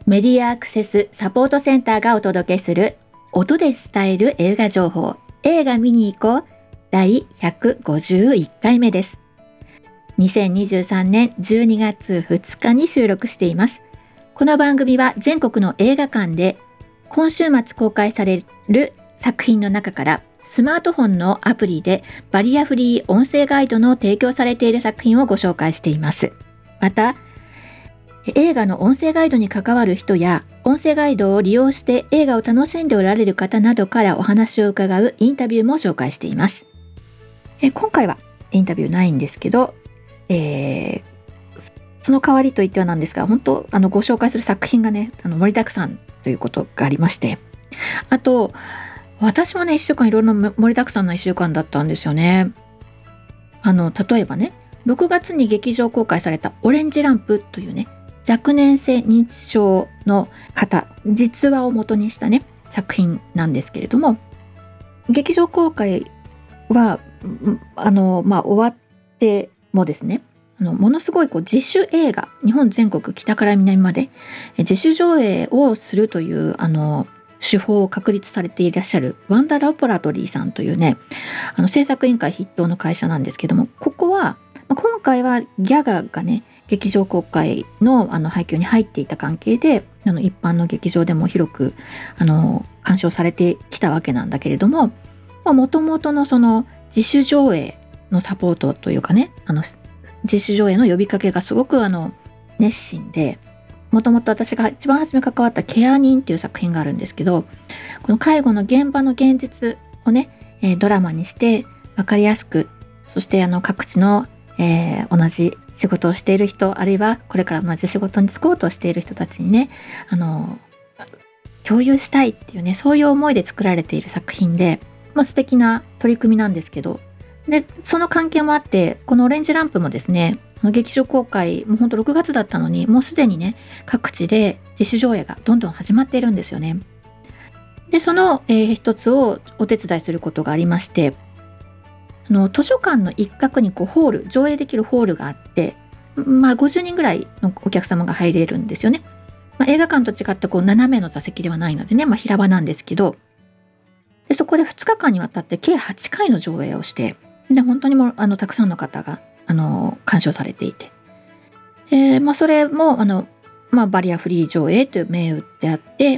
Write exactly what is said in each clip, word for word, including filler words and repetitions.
メディアアクセスサポートセンターがお届けする音で伝える映画情報、映画見に行こうだいひゃくごじゅういっかいめです。にせんにじゅうさんねんじゅうにがつふつかに収録しています。この番組は全国の映画館で今週末公開される作品の中からスマートフォンのアプリでバリアフリー音声ガイドの提供されている作品をご紹介しています。また映画の音声ガイドに関わる人や音声ガイドを利用して映画を楽しんでおられる方などからお話を伺うインタビューも紹介しています。え今回はインタビューないんですけど、えー、その代わりといってはなんですが、本当あのご紹介する作品がねあの盛りだくさんということがありまして、あと私もねいっしゅうかんいろいろな盛りだくさんないっしゅうかんだったんですよね。あの例えばねろくがつに劇場公開されたオレンジランプというね若年性認知症の方実話を元にしたね作品なんですけれども、劇場公開はあの、まあ、終わってもですねあのものすごいこう自主映画、日本全国北から南まで自主上映をするというあの手法を確立されていらっしゃるワンダーラボラトリーさんというねあの制作委員会筆頭の会社なんですけども、ここは今回はギャガがね劇場公開 の, あの配給に入っていた関係であの一般の劇場でも広くあの鑑賞されてきたわけなんだけれども、もともとのその自主上映のサポートというかねあの自主上映の呼びかけがすごくあの熱心で、もともと私が一番初め関わったケア人っていう作品があるんですけど、この介護の現場の現実をね、えー、ドラマにして分かりやすく、そしてあの各地の、えー、同じ仕事をしている人、あるいはこれから同じ仕事に就こうとしている人たちにねあの共有したいっていうねそういう思いで作られている作品で、まあ、素敵な取り組みなんですけど、でその関係もあってこのオレンジランプもですね劇場公開もうほんとろくがつだったのにもうすでにね各地で自主上映がどんどん始まっているんですよね。でその、えー、一つをお手伝いすることがありまして、あの図書館の一角にこうホール上映できるホールがあって、まあ、ごじゅうにんぐらいのお客様が入れるんですよね。まあ、映画館と違ってこう斜めの座席ではないのでね、まあ、平場なんですけど、でそこでふつかかんにわたって計はちかいの上映をして、で本当にもうあのたくさんの方があの鑑賞されていて、で、まあ、それもあの、まあ、バリアフリー上映という銘打ってあって、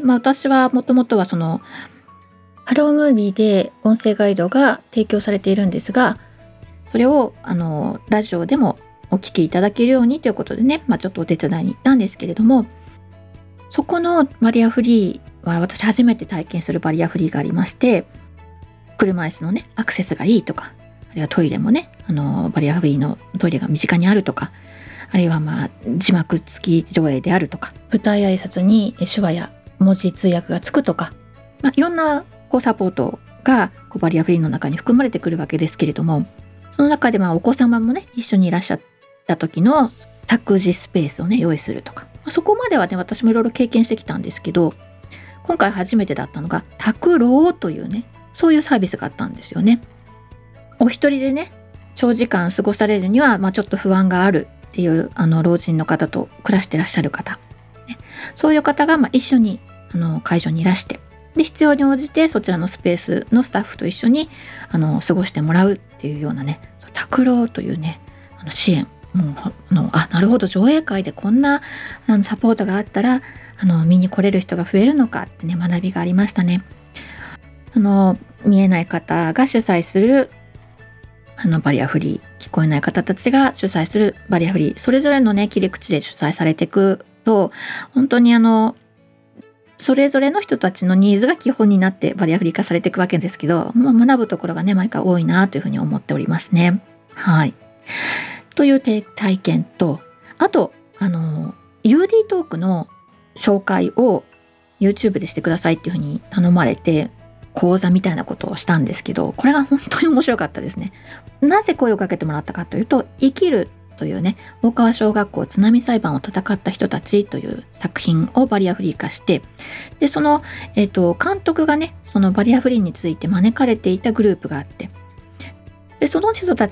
まあ、私はもともとはそのハロームービーで音声ガイドが提供されているんですが、それをあのラジオでもお聞きいただけるようにということでね、まあ、ちょっとお手伝いに行ったんですけれども、そこのバリアフリーは私初めて体験するバリアフリーがありまして、車椅子のねアクセスがいいとか、あるいはトイレもねあのバリアフリーのトイレが身近にあるとか、あるいはまあ字幕付き上映であるとか、舞台挨拶に手話や文字通訳がつくとか、まあ、いろんなこうサポートがこうバリアフリーの中に含まれてくるわけですけれども、その中でまあお子様もね一緒にいらっしゃった時の託児スペースをね用意するとか、まあ、そこまではね私もいろいろ経験してきたんですけど、今回初めてだったのが託老というねそういうサービスがあったんですよね。お一人でね長時間過ごされるには、まあ、ちょっと不安があるっていうあの老人の方と暮らしてらっしゃる方、ね、そういう方がまあ一緒にあの会場にいらして、で必要に応じてそちらのスペースのスタッフと一緒にあの過ごしてもらうっていうようなね託老というねあの支援、もうあのあなるほど上映会でこんなあのサポートがあったらあの見に来れる人が増えるのかってね学びがありましたね。あの見えない方が主催するあのバリアフリー、聞こえない方たちが主催するバリアフリー、それぞれのね切り口で主催されていくと、本当にあのそれぞれの人たちのニーズが基本になってバリアフリー化されていくわけですけど、まあ、学ぶところがね毎回多いなというふうに思っておりますね。はい。という体験と、あとあの ユーディー トークの紹介を YouTube でしてくださいっていうふうに頼まれて講座みたいなことをしたんですけど、これが本当に面白かったですね。なぜ声をかけてもらったかというと、生きるというね大川小学校津波裁判を戦った人たちという作品をバリアフリー化して、でその、えーと、監督がねそのバリアフリーについて招かれていたグループがあって、でその人たち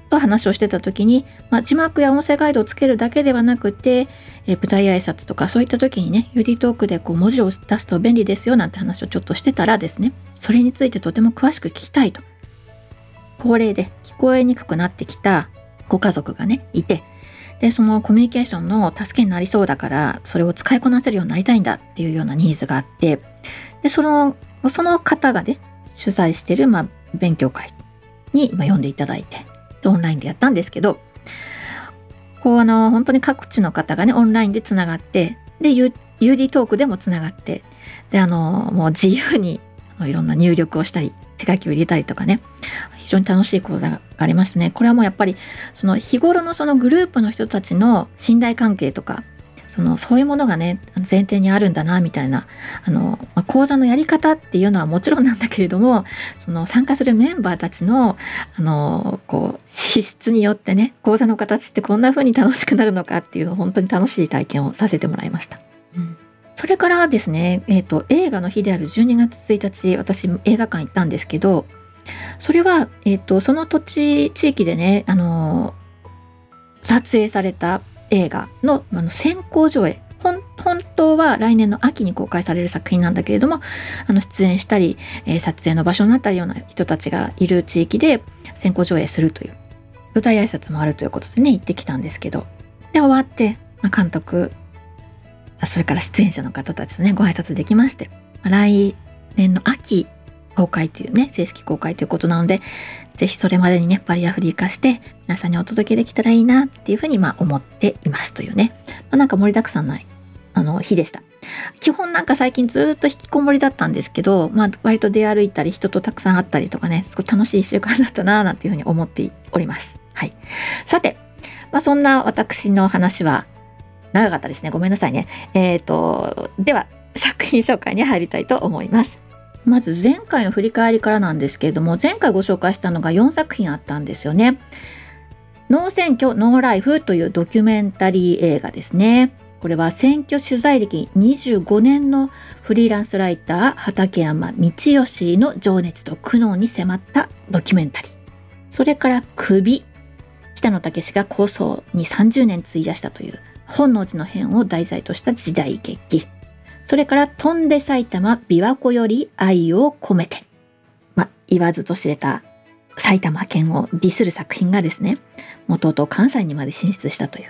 と話をしてた時に、まあ、字幕や音声ガイドをつけるだけではなくて、えー、舞台挨拶とかそういった時にね、ユーディートークでこう文字を出すと便利ですよなんて話をちょっとしてたらですね、それについてとても詳しく聞きたいと、高齢で聞こえにくくなってきたご家族がねいて、でそのコミュニケーションの助けになりそうだから、それを使いこなせるようになりたいんだっていうようなニーズがあって、でそのその方がね主催している、まあ、勉強会に今読んでいただいて、でオンラインでやったんですけど、こうあの本当に各地の方がねオンラインでつながって、で ユーディー トークでもつながって、であのもう自由にあのいろんな入力をしたり手書きを入れたりとかね、非常に楽しい講座がありましたね。これはもうやっぱりその日頃のそのグループの人たちの信頼関係とか、そのそういうものがね前提にあるんだなみたいな、あの、まあ、講座のやり方っていうのはもちろんなんだけれども、その参加するメンバーたちのあのこう資質によってね、講座の形ってこんな風に楽しくなるのかっていうのを本当に楽しい体験をさせてもらいました。うん、それからですね、えーと、映画の日であるじゅうにがつついたち、私映画館行ったんですけど、それは、えーと、その土地地域でね、あのー、撮影された映画 の, あの先行上映、本当は来年の秋に公開される作品なんだけれども、あの出演したり、えー、撮影の場所になったような人たちがいる地域で先行上映するという舞台挨拶もあるということでね行ってきたんですけど、で終わって、まあ、監督、それから出演者の方たちとねご挨拶できまして、来年の秋公開というね、正式公開ということなので、ぜひそれまでにねバリアフリー化して皆さんにお届けできたらいいなっていうふうにまあ思っていますというね、まあ、なんか盛りだくさんなあの日でした。基本なんか最近ずっと引きこもりだったんですけど、まあ割と出歩いたり人とたくさん会ったりとかね、すごい楽しいいっしゅうかんだったななんていうふうに思っております。はい。さて、まあ、そんな私の話は長かったですね。ごめんなさいね。えーと、では作品紹介に入りたいと思います。まず前回の振り返りからなんですけれども、前回ご紹介したのがよんさく品あったんですよね。ノー選挙ノーライフというドキュメンタリー映画ですね。これは選挙取材歴にじゅうごねんのフリーランスライター畠山道義の情熱と苦悩に迫ったドキュメンタリー。それから首、北野武が構想にさんじゅうねん費やしたという本能寺の変を題材とした時代劇。それから飛んで埼玉琵琶湖より愛を込めて、まあ、言わずと知れた埼玉県をディスる作品がですね、元々関西にまで進出したという。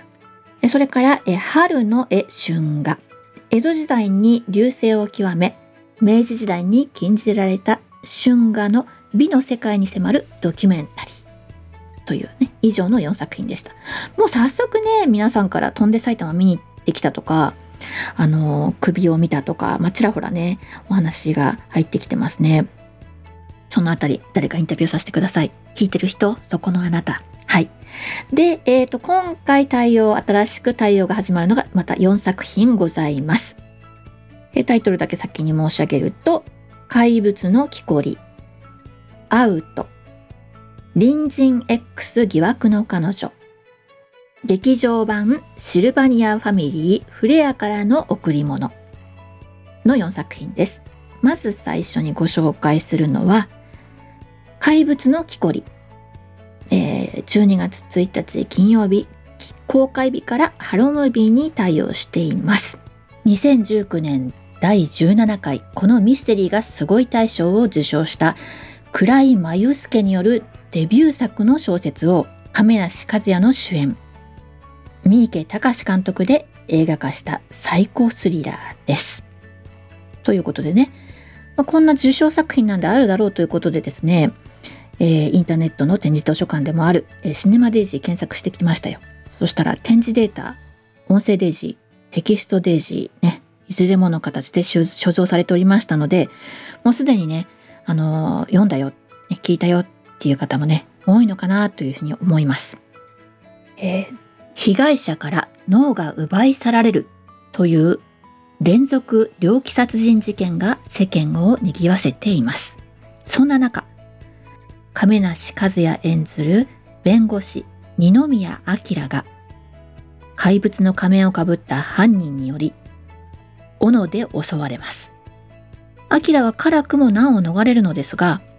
それからえ春の絵春画、江戸時代に隆盛を極め明治時代に禁じられた春画の美の世界に迫るドキュメンタリーというね、以上のよんさく品でした。もう早速ね、皆さんから飛んで埼玉見に行ってきたとか、あの首を見たとか、まあ、ちらほらねお話が入ってきてますね。そのあたり誰かインタビューさせてください。聞いてる人、そこのあなた。はい。で、えーと、今回対応新しく対応が始まるのがまたよんさく品ございます。えタイトルだけ先に申し上げると、怪物の木こり、アウト、隣人 X 疑惑の彼女、劇場版シルバニアファミリーフレアからの贈り物のよんさく品です。まず最初にご紹介するのは怪物の木こり、えー、じゅうにがつついたち金曜日公開日からハロームービーに対応しています。にせんじゅうきゅうねんだいじゅうななかいこのミステリーがすごい大賞を受賞した倉井真由介によるデビュー作の小説を亀梨和也の主演、三池崇史監督で映画化した最高スリラーです。ということでね、まあ、こんな受賞作品なんであるだろうということでですね、えー、インターネットの展示図書館でもある、えー、シネマデイジー検索してきましたよ。そしたら展示データ、音声デイジー、テキストデイジーね、いずれもの形で所蔵されておりましたので、もうすでにね、あのー、読んだよ、ね、聞いたよっていう方もね多いのかなというふうに思います。えー被害者から脳が奪い去られるという連続猟奇殺人事件が世間を賑わせています。そんな中、亀梨和也演ずる弁護士二宮彰が怪物の仮面をかぶった犯人により斧で襲われます。彰は辛くも難を逃れるのですが、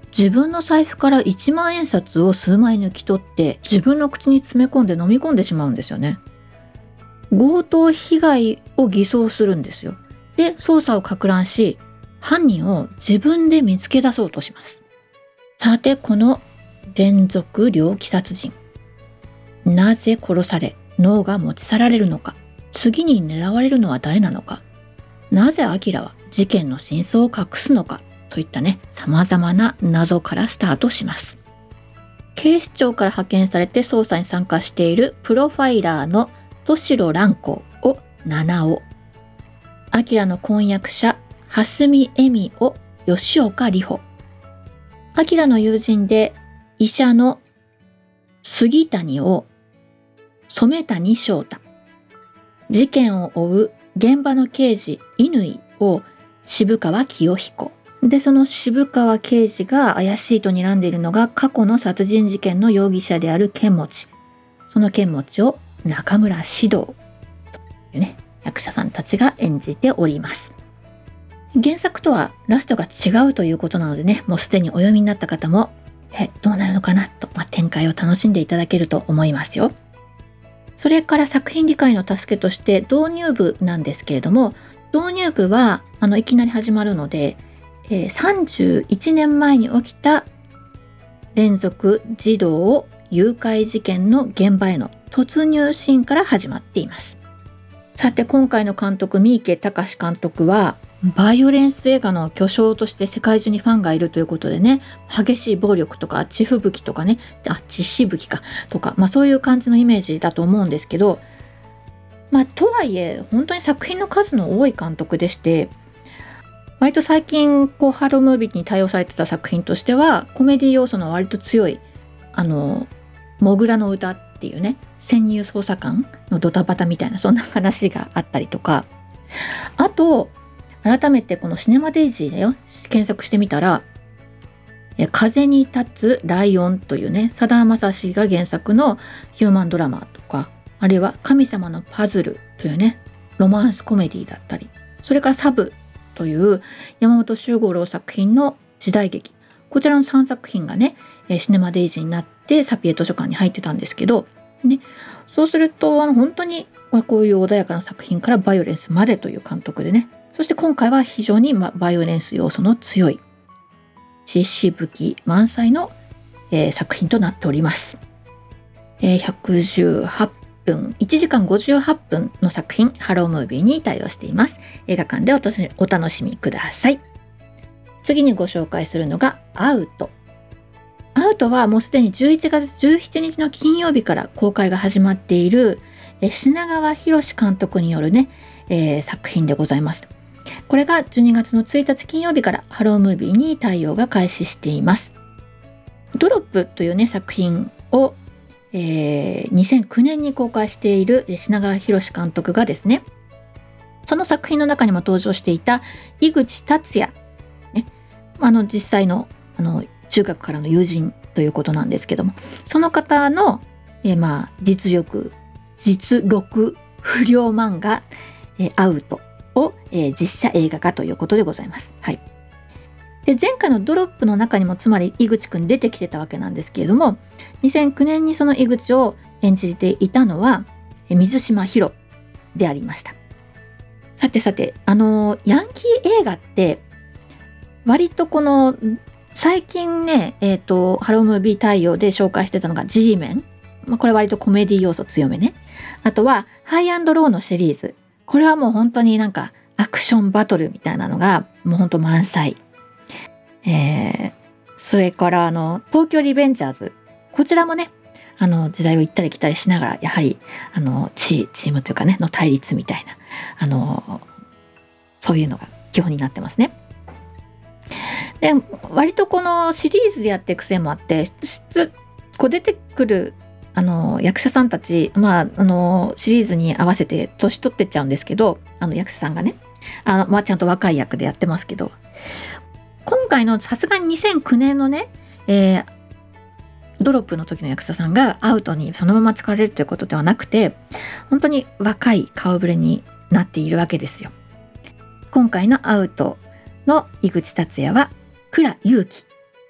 自分の財布からいちまんえん札を数枚抜き取って自分の口に詰め込んで飲み込んでしまうんですよね。強盗被害を偽装するんですよ。で、捜査を攪乱し、犯人を自分で見つけ出そうとします。さて、この連続猟奇殺人、なぜ殺され脳が持ち去られるのか、次に狙われるのは誰なのか、なぜアキラは事件の真相を隠すのかといったね、様々な謎からスタートします。警視庁から派遣されて捜査に参加しているプロファイラーの敏郎蘭子を七尾、アキラの婚約者蓮見恵美を吉岡里帆、アキラの友人で医者の杉谷を染谷翔太、事件を追う現場の刑事乾を渋川清彦で、その渋川刑事が怪しいと睨んでいるのが過去の殺人事件の容疑者である剣持、その剣持を中村獅童というね、役者さんたちが演じております。原作とはラストが違うということなのでね、もうすでにお読みになった方もえどうなるのかなと、まあ、展開を楽しんでいただけると思いますよ。それから作品理解の助けとして導入部なんですけれども、導入部はあのいきなり始まるので、えー、さんじゅういちねんまえに起きた連続児童誘拐事件の現場への突入シーンから始まっています。さて、今回の監督三池崇監督はバイオレンス映画の巨匠として世界中にファンがいるということでね、激しい暴力とか血吹雪とかね、あ血しぶきかとか、まあ、そういう感じのイメージだと思うんですけど、まあ、とはいえ本当に作品の数の多い監督でして、割と最近こうハロームービーに対応されてた作品としてはコメディ要素の割と強いあのモグラの歌っていうね、潜入捜査官のドタバタみたいな、そんな話があったりとか、あと改めてこのシネマデイジーでよ検索してみたら、風に立つライオンというね、さだまさしが原作のヒューマンドラマとか、あるいは神様のパズルというね、ロマンスコメディだったり、それからサブという山本周五郎作品の時代劇、こちらのさんさく品がね、シネマデイジーになってサピエ図書館に入ってたんですけど、ね、そうするとあの本当にこういう穏やかな作品からバイオレンスまでという監督でね、そして今回は非常にバイオレンス要素の強い血しぶき満載の、えー、作品となっております。えー、ひゃくじゅうはっぷん、いちじかんごじゅうはっぷんの作品、ハロームービーに対応しています。映画館で お, お楽しみください。次にご紹介するのがアウト。アウトはもうすでにじゅういちがつじゅうしちにちの金曜日から公開が始まっている、えー、品川博監督によるね、えー、作品でございます。これがじゅうにがつのついたち金曜日からハロームービーに対応が開始しています。ドロップというね作品を、えー、にせんきゅうねんに公開している品川博監督がですね、その作品の中にも登場していた井口達也、ね、あの実際の、あの中学からの友人ということなんですけども、その方の、えー、まあ実力実録不良漫画、えー、アウトを、えー、実写映画化ということでございます。はい。で、前回のドロップの中にもつまり井口くん出てきてたわけなんですけれども、にせんきゅうねんにその井口を演じていたのは水島ヒロでありました。さてさて、あのヤンキー映画って割とこの最近ね、えっとハロームービー対応で紹介してたのが G メン、まあ、これ割とコメディ要素強めね。あとはハイアンドローのシリーズ、これはもう本当になんかアクションバトルみたいなのがもう本当満載。えー、それからあの東京リベンジャーズ、こちらもねあの時代を行ったり来たりしながら、やはりあのチ, チームというかねの対立みたいな、あのそういうのが基本になってますね。で、割とこのシリーズでやっていく癖もあって、こう出てくるあの役者さんたち、まあ、あのシリーズに合わせて年取ってっちゃうんですけど、あの役者さんがねあの、まあ、ちゃんと若い役でやってますけど、今回のさすがににせんきゅうねんのね、えー、ドロップの時の役者さんがアウトにそのまま使われるということではなくて、本当に若い顔ぶれになっているわけですよ。今回のアウトの井口達也は倉祐希、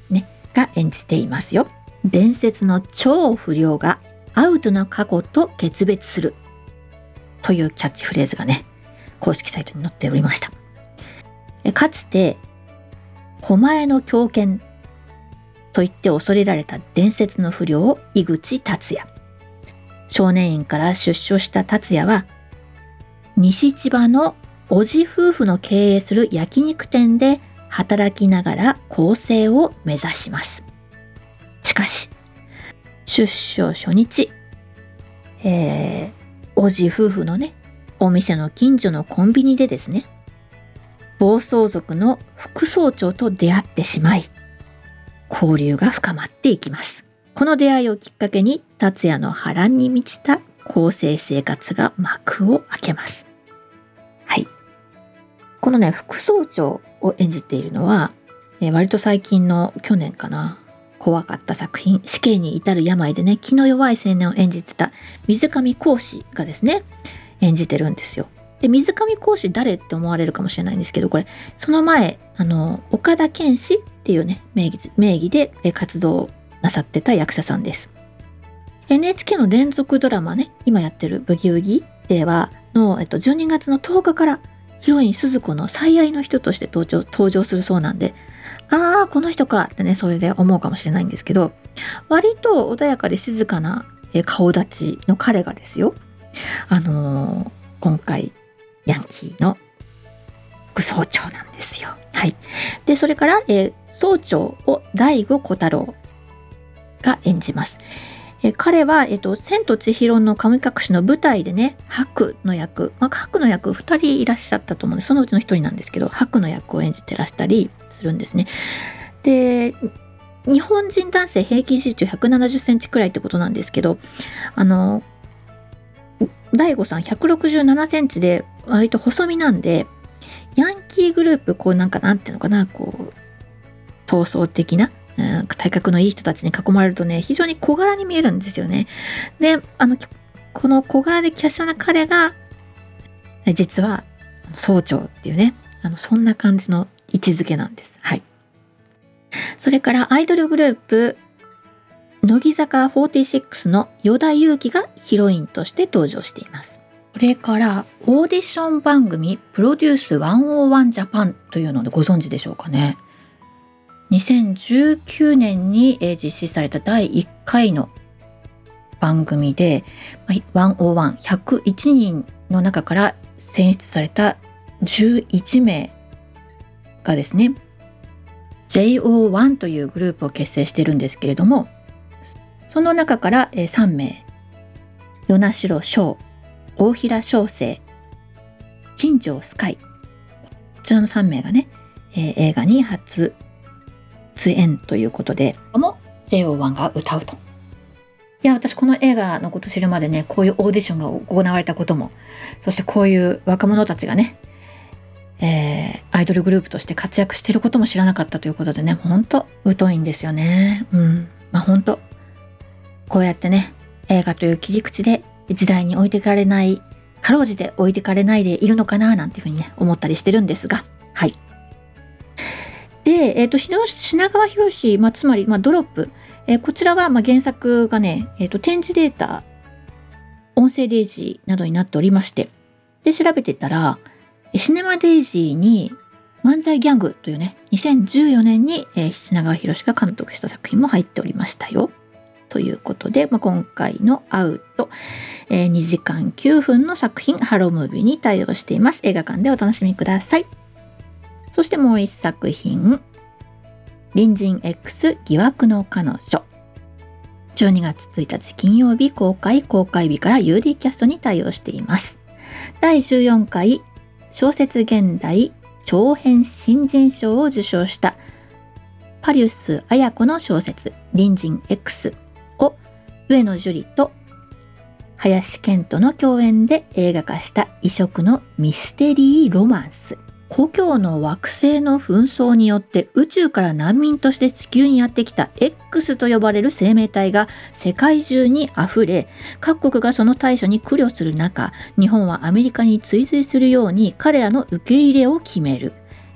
ねが演じていますよ。伝説の超不良がアウトな過去と決別するというキャッチフレーズがね公式サイトに載っておりました。かつて狛江の狂犬と言って恐れられた伝説の不良井口達也。少年院から出所した達也は西千葉の叔父夫婦の経営する焼肉店で働きながら更生を目指します。しかし出所初日、えー、叔父夫婦のねお店の近所のコンビニでですね暴走族の副総長と出会ってしまい交流が深まっていきます。この出会いをきっかけに達也の波乱に満ちた更生生活が幕を開けます。はい、このね副総長を演じているのは、えー、割と最近の去年かな怖かった作品死刑に至る病でね気の弱い青年を演じてた水上恒司がですね演じてるんですよ。で水上恒司誰って思われるかもしれないんですけど、これその前あの岡田健史っていうね名義、名義で活動なさってた役者さんです。 エヌエイチケー の連続ドラマね今やってるブギウギではの、えっと、じゅうにがつのとおかからヒロイン鈴子の最愛の人として登場、登場するそうなんで、ああこの人かってねそれで思うかもしれないんですけど、割と穏やかで静かな顔立ちの彼がですよ、あのー、今回ヤンキーの副総長なんですよ。はい。でそれから、えー、総長を醍醐虎太郎が演じます。えー、彼は、えーと、千と千尋の神隠しの舞台でね白の役、まあ、白の役ふたりいらっしゃったと思うんでそのうちのひとりなんですけど白の役を演じてらしたりするんですね。で日本人男性平均身長ひゃくななじゅっセンチくらいってことなんですけど、あの大悟さんひゃくろくじゅうななセンチで割と細身なんでヤンキーグループこうなんかなんていうのかなこう闘争的な、うん、体格のいい人たちに囲まれるとね非常に小柄に見えるんですよね。であのこの小柄で華奢な彼が実は総長っていうねあのそんな感じの位置づけなんです。はい。それからアイドルグループ乃木坂フォーティシックスの与田祐希がヒロインとして登場しています。これからオーディション番組プロデュースひゃくいちジャパンというのでご存知でしょうかね。にせんじゅうきゅうねんに実施されただいいっかいの番組でひゃくいち、ひゃくいちにんの中から選出されたじゅういちめいがですね ジェイオーワン というグループを結成しているんですけれども、その中からさんめい与那城翔、大平翔生、金城スカイ、こちらのさんめいがね、えー、映画に初出演ということでも ジェイオーワン が歌うと。いや私この映画のこと知るまでねこういうオーディションが行われたこともそしてこういう若者たちがね、えー、アイドルグループとして活躍していることも知らなかったということでねほんと疎いんですよね。うんまあほんとこうやってね映画という切り口で時代に置いてかれないかろうじて置いてかれないでいるのかななんていうふうにね思ったりしてるんですが、はいで、えー、と品川博士、まあ、つまり、まあ、ドロップ、えー、こちらは、まあ、原作がね、えー、と展示データ音声デイジーなどになっておりまして、で調べてたらシネマデイジーに漫才ギャングというねにせんじゅうよねんに、えー、品川博士が監督した作品も入っておりましたよということで、まあ、今回のアウト、えー、にじかんきゅうふんの作品ハロームービーに対応しています。映画館でお楽しみください。そしてもう一作品隣人 X 疑惑の彼女、じゅうにがつついたち金曜日公開、公開日から ユーディー キャストに対応しています。だいじゅうよんかい小説現代長編新人賞を受賞したパリウス綾子の小説隣人 Xを上野樹里と林遣都の共演で映画化した異色のミステリーロマンス。故郷の惑星の紛争によって宇宙から難民として地球にやってきた X と呼ばれる生命体が世界中にあふれ、各国がその対処に苦慮する中、日本はアメリカに追随するように彼らの受け入れを決める。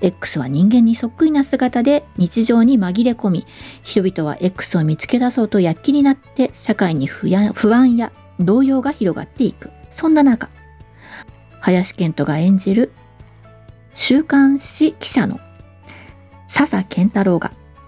X は人間にそっくりな姿で日常に紛れ込み、人々は X を見つけ出そうと躍起になって社会に不安や動揺が広がっていく。そんな中、林遣都が演じる週刊誌記者の笹健太郎が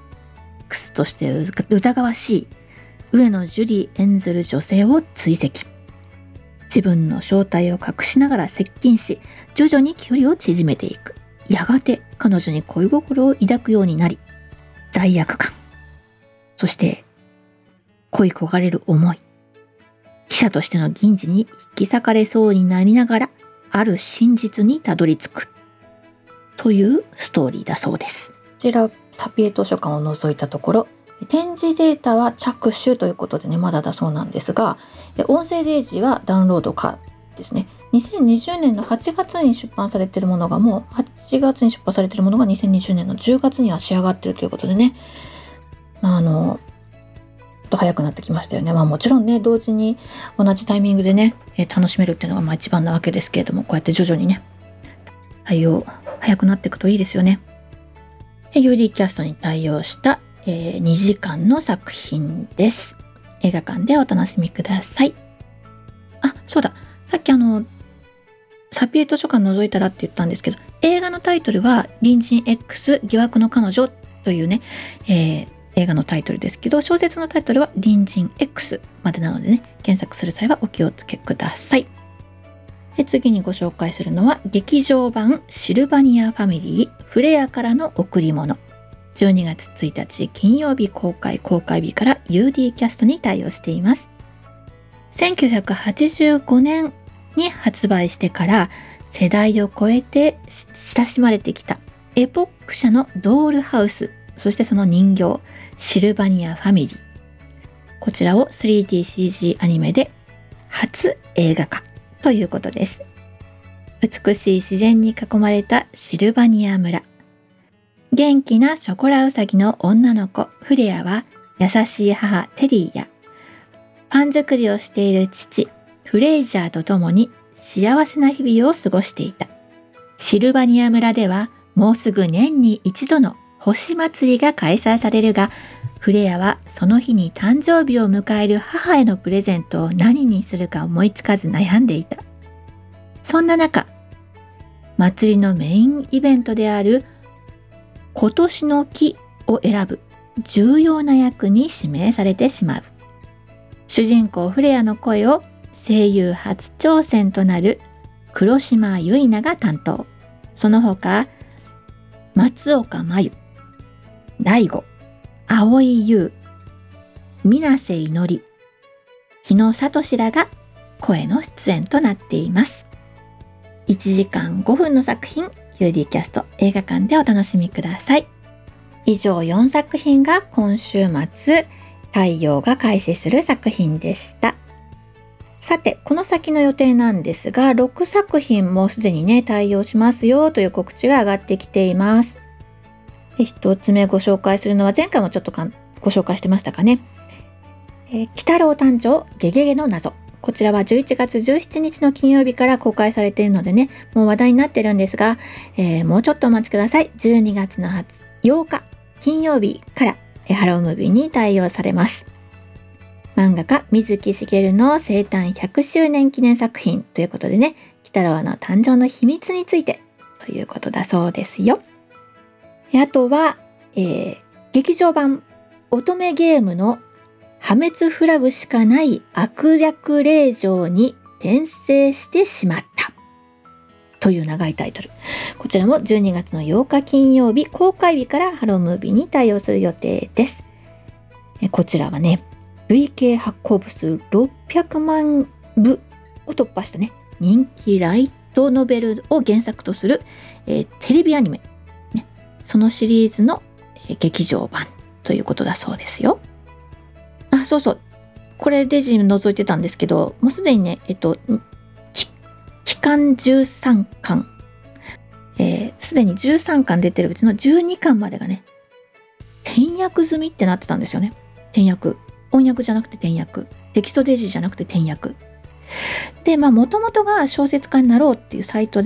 X として疑わしい上野樹里演ずる女性を追跡。自分の正体を隠しながら接近し、徐々に距離を縮めていく。やがて彼女に恋心を抱くようになり、罪悪感、そして恋焦がれる思い、記者としての銀次に引き裂かれそうになりながら、ある真実にたどり着くというストーリーだそうです。こちらサピエ図書館を覗いたところ、展示データは着手ということでね、まだだそうなんですが、音声デージはダウンロード可ですね。にせんにじゅうねんのはちがつに出版されているものがもうはちがつに出版されているものがにせんにじゅうねんのじゅうがつには仕上がっているということでね、あのと早くなってきましたよね。まあもちろんね、同時に同じタイミングでね、えー、楽しめるっていうのがまあ一番なわけですけれども、こうやって徐々にね対応早くなっていくといいですよね。ユーディー キャストに対応した、えー、にじかんの作品です。映画館でお楽しみください。あ、そうだ、さっきあのサピエ図書館覗いたらって言ったんですけど、映画のタイトルは隣人 X 疑惑の彼女というね、えー、映画のタイトルですけど、小説のタイトルは隣人 X までなのでね、検索する際はお気をつけください。で、次にご紹介するのは劇場版シルバニアファミリーフレアからの贈り物。じゅうにがつついたち金曜日公開、公開日から ユーディー キャストに対応しています。せんきゅうひゃくはちじゅうごねんに発売してから世代を超えて親しまれてきたエポック社のドールハウス、そしてその人形シルバニアファミリー、こちらを スリーディーシージー アニメで初映画化ということです。美しい自然に囲まれたシルバニア村、元気なショコラウサギの女の子フレアは優しい母テリーやパン作りをしている父フレイジャーと共に幸せな日々を過ごしていた。シルバニア村ではもうすぐ年に一度の星祭りが開催されるが、フレアはその日に誕生日を迎える母へのプレゼントを何にするか思いつかず悩んでいた。そんな中、祭りのメインイベントである今年の木を選ぶ重要な役に指名されてしまう。主人公フレアの声を声優初挑戦となる黒島結菜が担当。その他、松岡真優、大吾、蒼井優、水瀬いのり、日野聡らが声の出演となっています。いちじかんごふんの作品、ユーディー キャスト映画館でお楽しみください。以上よんさく品が今週末対応が開始する作品でした。さて、この先の予定なんですが、ろくさく品もすでにね対応しますよという告知が上がってきています。一つ目ご紹介するのは、前回もちょっとかご紹介してましたかね。えー、鬼太郎誕生ゲゲゲの謎。こちらはじゅういちがつじゅうしちにちの金曜日から公開されているのでね、もう話題になってるんですが、えー、もうちょっとお待ちください。じゅうにがつのようか金曜日からハロームービーに対応されます。漫画家水木しげるの生誕ひゃくしゅうねん記念作品ということでね、鬼太郎の誕生の秘密についてということだそうですよ。あとは、えー、劇場版乙女ゲームの破滅フラグしかない悪役令嬢に転生してしまったという長いタイトル。こちらもじゅうにがつのようか金曜日公開日からハロームービーに対応する予定です。えこちらはね、累計発行部数ろっぴゃくまんぶを突破したね、人気ライトノベルを原作とする、えー、テレビアニメ、ね、そのシリーズの、えー、劇場版ということだそうですよ。あ、そうそう。これデジ覗いてたんですけど、もうすでにね、えっと、期間じゅうさんかん、えー、すでにじゅうさんかん出てるうちのじゅうにかんまでがね、転訳済みってなってたんですよね。転訳。翻訳じゃなくて転訳。テキストデジじゃなくて転訳。で、まあ、もともとが小説家になろうっていうサイトでね、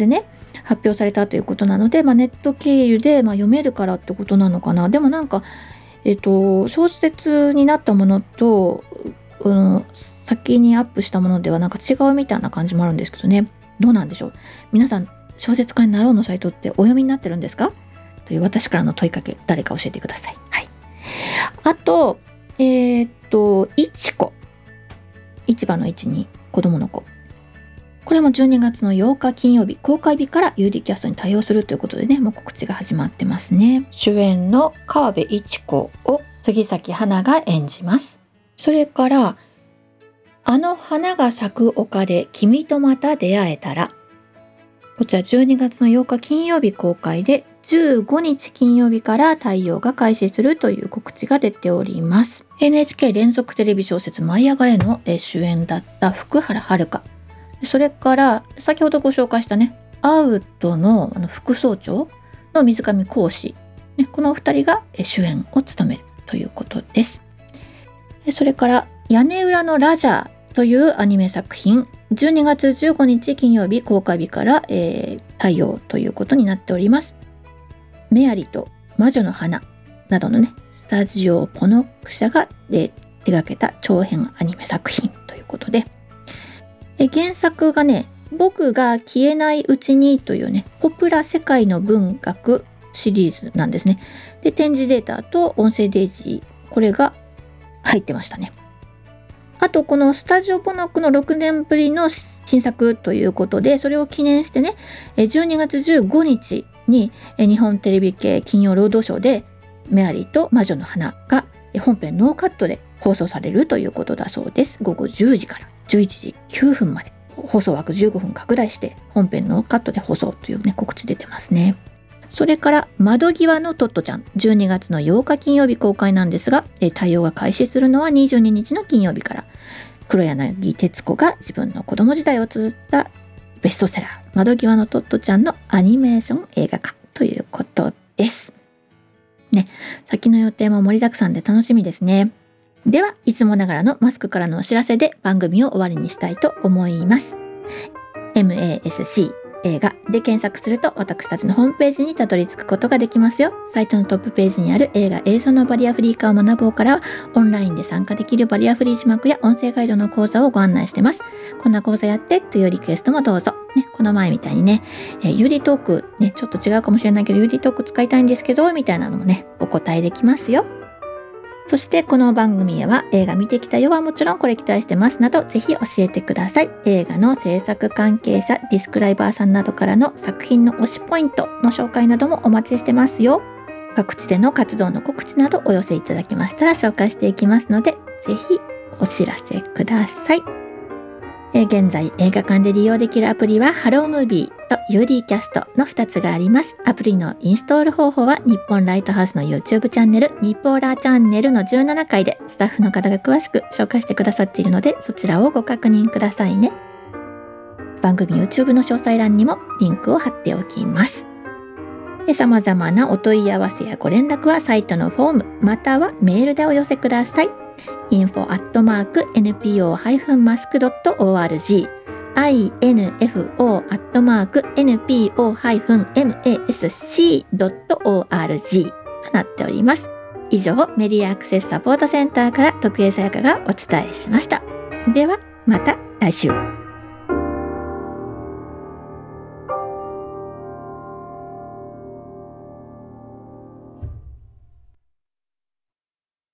発表されたということなので、まあ、ネット経由でまあ読めるからってことなのかな。でもなんか、えっと、小説になったものと、うん、先にアップしたものではなんか違うみたいな感じもあるんですけどね。どうなんでしょう。皆さん、小説家になろうのサイトってお読みになってるんですかという私からの問いかけ、誰か教えてください。はい。あと、えー、っと、いちこ。市場の位置に子供の子。これもじゅうにがつのようか金曜日、公開日から ユーディー キャストに対応するということでね、もう告知が始まってますね。主演の川辺一子を杉咲花が演じます。それから、あの花が咲く丘で君とまた出会えたら。こちらじゅうにがつのようか金曜日公開で、じゅうごにち金曜日から対応が開始するという告知が出ております。エヌエイチケー 連続テレビ小説舞い上がれの主演だった福原遥。それから先ほどご紹介したね、アウト の, あの副総長の水上講師、ね、このお二人が主演を務めるということです。それから屋根裏のラジャーというアニメ作品、じゅうにがつじゅうごにち金曜日公開日から、えー、対応ということになっております。メアリと魔女の花などのね、スタジオポノック社が、えー、手掛けた長編アニメ作品ということで、え原作がね、僕が消えないうちにというね、ポプラ世界の文学シリーズなんですね。で、展示データと音声デージ、これが入ってましたね。あと、このスタジオポノックのろくねんぶりの新作ということで、それを記念してね、じゅうにがつじゅうごにちに日本テレビ系金曜ロードショーでメアリーと魔女の花が本編ノーカットで放送されるということだそうです。午後じゅうじからじゅういちじきゅうふんまで放送枠じゅうごふん拡大して本編ノーカットで放送というね、告知出てますね。それから窓際のトットちゃん、じゅうにがつのようか金曜日公開なんですが、対応が開始するのはにじゅうににちの金曜日から。黒柳徹子が自分の子供時代を綴ったベストセラー、窓際のトットちゃんのアニメーション映画化ということですね。先の予定も盛りだくさんで楽しみですね。では、いつもながらのマスクからのお知らせで番組を終わりにしたいと思います。マスク 映画で検索すると私たちのホームページにたどり着くことができますよ。サイトのトップページにある映画映像のバリアフリー化を学ぼうからは、オンラインで参加できるバリアフリー字幕や音声ガイドの講座をご案内してます。こんな講座やってというリクエストもどうぞ。ね、この前みたいにね、えー、ユーディートーク、ね、ちょっと違うかもしれないけど、ユーディートーク使いたいんですけど、みたいなのもね、お答えできますよ。そしてこの番組へは映画見てきたよはもちろんこれ期待してますなど、ぜひ教えてください。映画の制作関係者、ディスクライバーさんなどからの作品の推しポイントの紹介などもお待ちしてますよ。各地での活動の告知などお寄せいただけましたら紹介していきますので、ぜひお知らせください。え現在映画館で利用できるアプリはハロームービーと ユーディー キャストのふたつがあります。アプリのインストール方法は日本ライトハウスの YouTube チャンネルニポーラーチャンネルのじゅうななかいでスタッフの方が詳しく紹介してくださっているので、そちらをご確認くださいね。番組 YouTube の詳細欄にもリンクを貼っておきます。様々なお問い合わせやご連絡はサイトのフォームまたはメールでお寄せください。インフォ アットマーク エヌピーオー マスク ドット オーアールジー インフォ アットマーク エヌピーオー マスク ドット オーアールジー となっております。以上、メディアアクセスサポートセンターから徳江さやかがお伝えしました。ではまた来週。